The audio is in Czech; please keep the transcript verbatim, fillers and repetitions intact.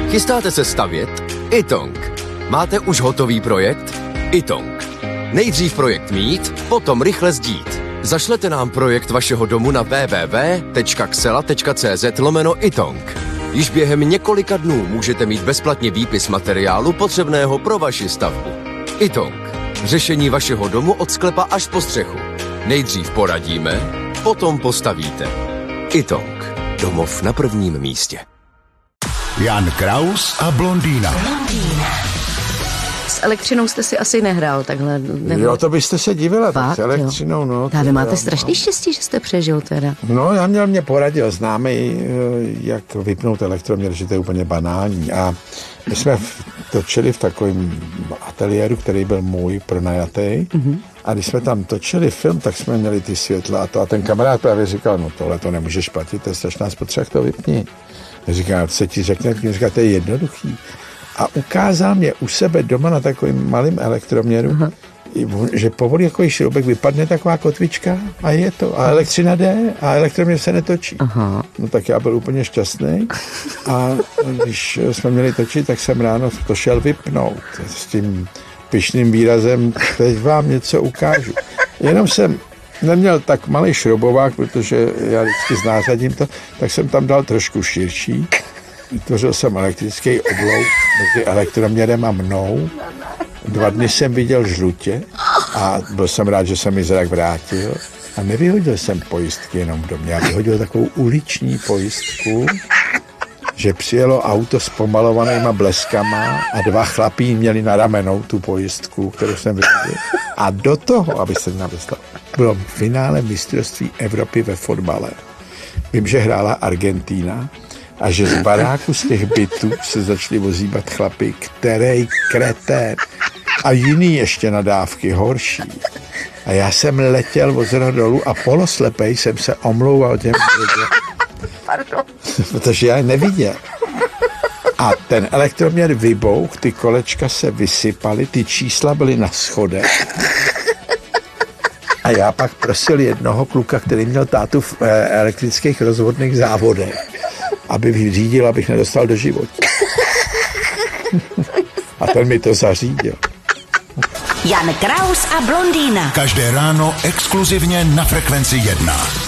Chystáte se stavět? Itong. Máte už hotový projekt? Itong. Nejdřív projekt mít, potom rychle sdít. Zašlete nám projekt vašeho domu na w w w tečka xela tečka c z lomeno Itong. Již během několika dnů můžete mít bezplatně výpis materiálu potřebného pro vaši stavbu. Itong. Řešení vašeho domu od sklepa až po střechu. Nejdřív poradíme, potom postavíte. Itong. Domov na prvním místě. Jan Kraus a blondýna. S elektřinou jste si asi nehrál takhle. Nebo... Jo, to byste se divila, tak s elektřinou, jo. no. Vy máte strašný štěstí, že jste přežil teda. No, já měl, mě poradil známý, jak vypnout elektroměr, že to je úplně banální. A my jsme točili v takovém ateliéru, který byl můj pronajatý. Mm-hmm. A když jsme tam točili film, tak jsme měli ty světla a to. A ten kamarád právě říkal, no tohle to nemůžeš platit, to je strašná spotřeba, to vypni. Já říkám, co ti řekne, říká, to je jednoduchý. A ukázal mě u sebe doma na takovým malým elektroměru, aha, že povolí jako šroubek, vypadne taková kotvička a je to. A elektřina jde a elektroměr se netočí. Aha. No tak já byl úplně šťastný. A když jsme měli točit, tak jsem ráno to šel vypnout s tím pyšným výrazem, teď vám něco ukážu. Jenom jsem neměl tak malý šroubovák, protože já vždycky znářadím to, tak jsem tam dal trošku širší. Vytvořil jsem elektrický oblouk mezi elektroměrem a mnou. Dva dny jsem viděl žlutě a byl jsem rád, že se mi zrak vrátil. A nevyhodil jsem pojistky jenom v domě. Já vyhodil takovou uliční pojistku, že přijelo auto s pomalovanýma bleskama a dva chlapí měli na ramenou tu pojistku, kterou jsem vyhodil. A do toho, aby se navyslal, bylo v finále mistrovství Evropy ve fotbale. Vím, že hrála Argentína a že z baráku z těch bytů se začali ozývat chlapy, který kretén a jiný ještě nadávky, horší. A já jsem letěl od zhora dolů a poloslepej jsem se omlouval těm lidem. Pardon. Protože já je neviděl. A ten elektroměr vybouch, ty kolečka se vysypaly, ty čísla byly na schodech. A já pak prosil jednoho kluka, který měl tátu v elektrických rozvodných závodech, aby vyřídil, abych nedostal do života. A ten mi to zařídil. Jan Kraus a blondýna. Každé ráno exkluzivně na Frekvenci jedna.